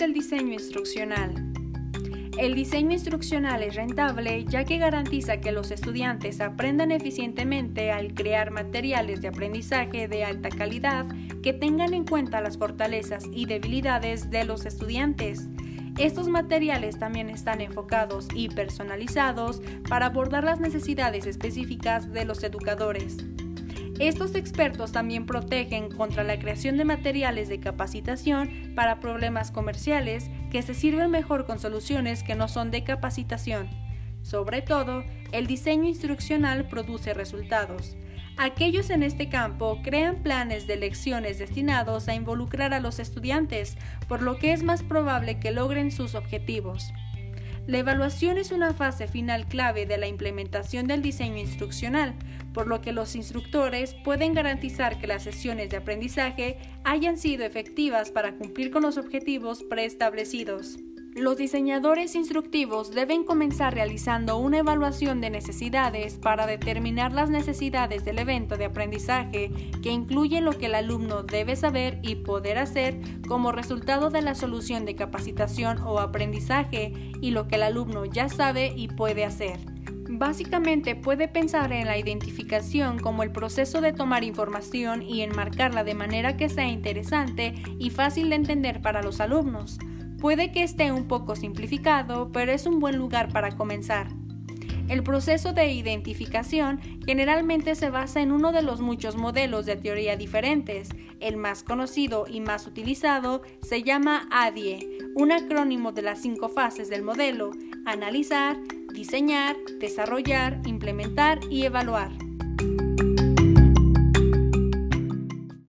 el diseño instruccional? El diseño instruccional es rentable ya que garantiza que los estudiantes aprendan eficientemente al crear materiales de aprendizaje de alta calidad que tengan en cuenta las fortalezas y debilidades de los estudiantes. Estos materiales también están enfocados y personalizados para abordar las necesidades específicas de los educadores. Estos expertos también protegen contra la creación de materiales de capacitación para problemas comerciales que se sirven mejor con soluciones que no son de capacitación. Sobre todo, el diseño instruccional produce resultados. Aquellos en este campo crean planes de lecciones destinados a involucrar a los estudiantes, por lo que es más probable que logren sus objetivos. La evaluación es una fase final clave de la implementación del diseño instruccional, por lo que los instructores pueden garantizar que las sesiones de aprendizaje hayan sido efectivas para cumplir con los objetivos preestablecidos. Los diseñadores instructivos deben comenzar realizando una evaluación de necesidades para determinar las necesidades del evento de aprendizaje, que incluye lo que el alumno debe saber y poder hacer como resultado de la solución de capacitación o aprendizaje y lo que el alumno ya sabe y puede hacer. Básicamente puede pensar en la identificación como el proceso de tomar información y enmarcarla de manera que sea interesante y fácil de entender para los alumnos. Puede que esté un poco simplificado, pero es un buen lugar para comenzar. El proceso de identificación generalmente se basa en uno de los muchos modelos de teoría diferentes. El más conocido y más utilizado se llama ADIE, un acrónimo de las 5 fases del modelo: analizar, diseñar, desarrollar, implementar y evaluar.